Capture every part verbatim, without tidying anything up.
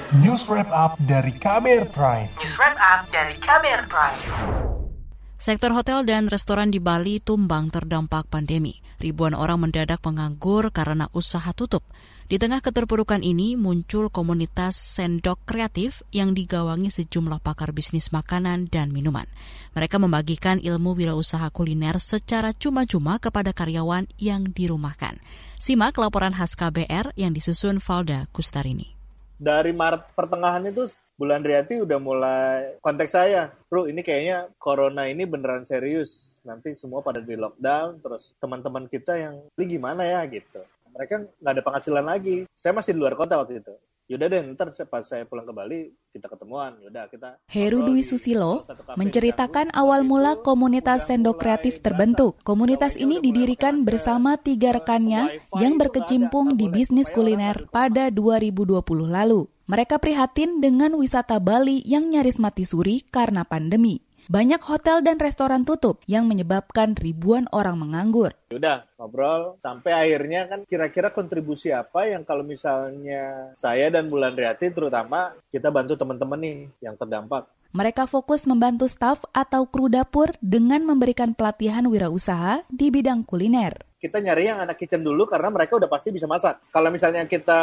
News Wrap Up dari K B R Prime. News Wrap Up dari K B R Prime. Sektor hotel dan restoran di Bali tumbang terdampak pandemi. Ribuan orang mendadak menganggur karena usaha tutup. Di tengah keterpurukan ini muncul komunitas sendok kreatif yang digawangi sejumlah pakar bisnis makanan dan minuman. Mereka membagikan ilmu wirausaha kuliner secara cuma-cuma kepada karyawan yang dirumahkan. Simak laporan khas K B R yang disusun Valda Kustarini. Dari Maret pertengahan itu Bulan Riyati udah mulai kontak saya, bro ini kayaknya corona ini beneran serius, nanti semua pada di lockdown, terus teman-teman kita yang ini gimana ya gitu. Mereka nggak ada penghasilan lagi. Saya masih di luar kota waktu itu. Yaudah deh, ntar pas saya pulang ke Bali, kita ketemuan. Yaudah, kita... Heru Dwi Susilo menceritakan awal mula komunitas sendok kreatif terbentuk. Komunitas ini didirikan bersama tiga rekannya yang berkecimpung di bisnis kuliner pada dua ribu dua puluh lalu. Mereka prihatin dengan wisata Bali yang nyaris mati suri karena pandemi. Banyak hotel dan restoran tutup yang menyebabkan ribuan orang menganggur. Udah ngobrol sampai akhirnya kan kira-kira kontribusi apa yang kalau misalnya saya dan Bulan Riyati terutama kita bantu teman-teman nih yang terdampak. Mereka fokus membantu staf atau kru dapur dengan memberikan pelatihan wirausaha di bidang kuliner. Kita nyari yang anak kitchen dulu karena mereka udah pasti bisa masak. Kalau misalnya kita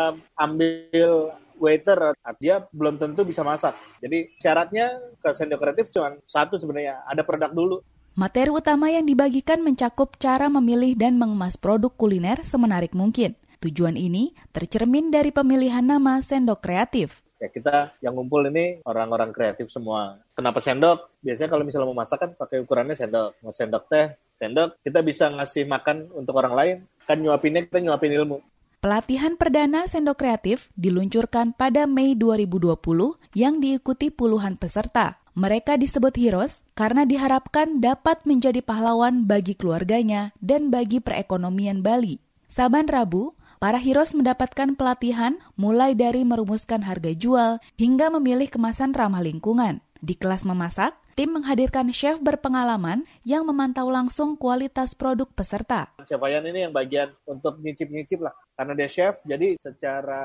ambil waiter, dia belum tentu bisa masak. Jadi syaratnya ke sendok kreatif cuma satu sebenarnya, ada produk dulu. Materi utama yang dibagikan mencakup cara memilih dan mengemas produk kuliner semenarik mungkin. Tujuan ini tercermin dari pemilihan nama sendok kreatif. Ya kita yang ngumpul ini orang-orang kreatif semua. Kenapa sendok? Biasanya kalau misalnya mau masak kan pakai ukurannya sendok. Mau sendok teh, sendok kita bisa ngasih makan untuk orang lain. Kan nyuapinnya kita nyuapin ilmu. Pelatihan perdana sendok kreatif diluncurkan pada Mei dua ribu dua puluh yang diikuti puluhan peserta. Mereka disebut heroes karena diharapkan dapat menjadi pahlawan bagi keluarganya dan bagi perekonomian Bali. Saban Rabu, para heroes mendapatkan pelatihan mulai dari merumuskan harga jual hingga memilih kemasan ramah lingkungan. Di kelas memasak, tim menghadirkan chef berpengalaman yang memantau langsung kualitas produk peserta. Chef Ayan ini yang bagian untuk nyicip-nyicip lah. Karena dia chef, jadi secara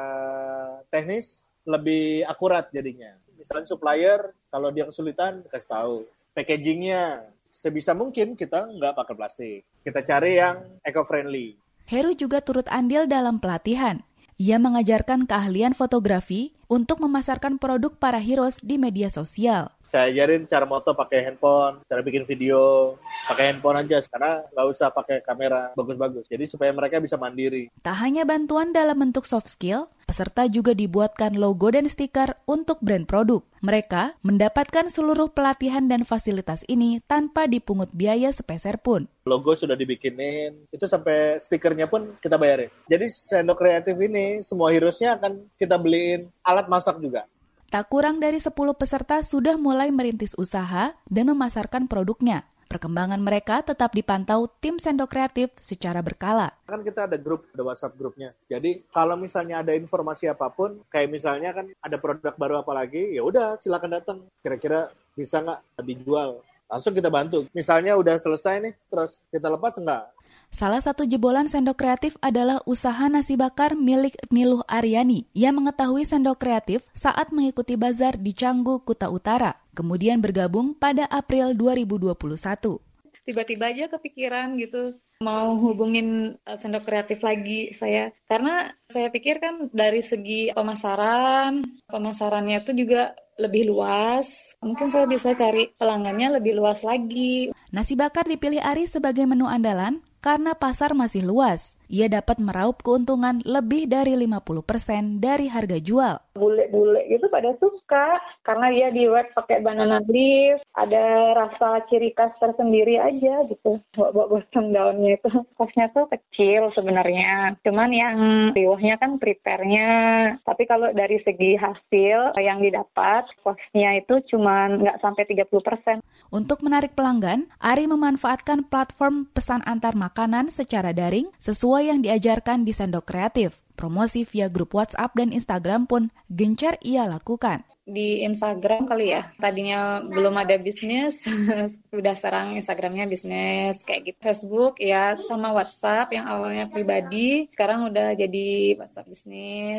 teknis lebih akurat jadinya. Misalnya supplier, kalau dia kesulitan, kasih tahu. Packagingnya, sebisa mungkin kita nggak pakai plastik. Kita cari yang eco-friendly. Heru juga turut andil dalam pelatihan. Ia mengajarkan keahlian fotografi untuk memasarkan produk para heroes di media sosial. Saya ajarin cara moto pakai handphone, cara bikin video, pakai handphone aja. Karena nggak usah pakai kamera bagus-bagus. Jadi supaya mereka bisa mandiri. Tak hanya bantuan dalam bentuk soft skill, peserta juga dibuatkan logo dan stiker untuk brand produk. Mereka mendapatkan seluruh pelatihan dan fasilitas ini tanpa dipungut biaya sepeser pun. Logo sudah dibikinin, itu sampai stikernya pun kita bayarin. Jadi sendok kreatif ini, semua heroesnya akan kita beliin alat masak juga. Tak kurang dari sepuluh peserta sudah mulai merintis usaha dan memasarkan produknya. Perkembangan mereka tetap dipantau tim sendok kreatif secara berkala. Kan kita ada grup, ada WhatsApp grupnya. Jadi kalau misalnya ada informasi apapun, kayak misalnya kan ada produk baru apa lagi, ya udah silakan datang. Kira-kira bisa nggak dijual? Langsung kita bantu. Misalnya udah selesai nih, terus kita lepas enggak? Salah satu jebolan sendok kreatif adalah usaha nasi bakar milik Niluh Aryani. Ia mengetahui sendok kreatif saat mengikuti bazar di Canggu, Kuta Utara. Kemudian bergabung pada April dua ribu dua puluh satu. Tiba-tiba aja kepikiran gitu mau hubungin uh, sendok kreatif lagi saya. Karena saya pikir kan dari segi pemasaran, pemasarannya itu juga lebih luas. Mungkin saya bisa cari pelanggannya lebih luas lagi. Nasi bakar dipilih Ari sebagai menu andalan karena pasar masih luas. Ia dapat meraup keuntungan lebih dari lima puluh persen dari harga jual. Bule-bule gitu pada suka karena dia di web pakai banana leaf, ada rasa ciri khas tersendiri aja gitu. Bawa bottom daunnya itu kosnya tuh kecil sebenarnya. Cuman yang riwahnya kan prepare-nya. Tapi kalau dari segi hasil yang didapat, kosnya itu cuma nggak sampai tiga puluh persen. Untuk menarik pelanggan, Ari memanfaatkan platform pesan antar makanan secara daring sesuai yang diajarkan di Sendok Kreatif. Promosi via grup WhatsApp dan Instagram pun gencar ia lakukan. Di Instagram kali ya, tadinya belum ada bisnis, udah sekarang Instagramnya bisnis, kayak gitu. Facebook ya sama WhatsApp yang awalnya pribadi, sekarang udah jadi WhatsApp bisnis.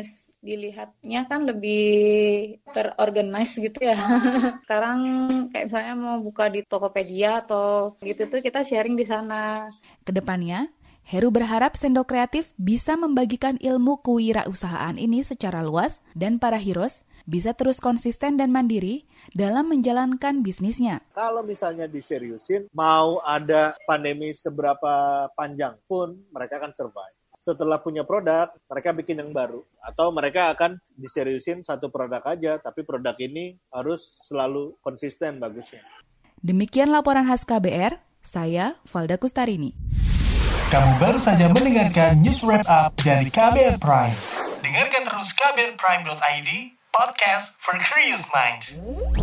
dilihatnya kan lebih terorganize gitu ya. Sekarang kayak misalnya mau buka di Tokopedia atau gitu tuh kita sharing di sana. Kedepannya, Heru berharap Sendok Kreatif bisa membagikan ilmu kewirausahaan ini secara luas dan para heroes bisa terus konsisten dan mandiri dalam menjalankan bisnisnya. Kalau misalnya diseriusin, mau ada pandemi seberapa panjang pun mereka akan survive. Setelah punya produk, mereka bikin yang baru. Atau mereka akan diseriusin satu produk aja, tapi produk ini harus selalu konsisten bagusnya. Demikian laporan khas K B R, saya Valda Kustarini. Kamu baru saja mendengarkan News Wrap Up dari K B R Prime. Dengarkan terus k b r prime dot i d, podcast for curious minds.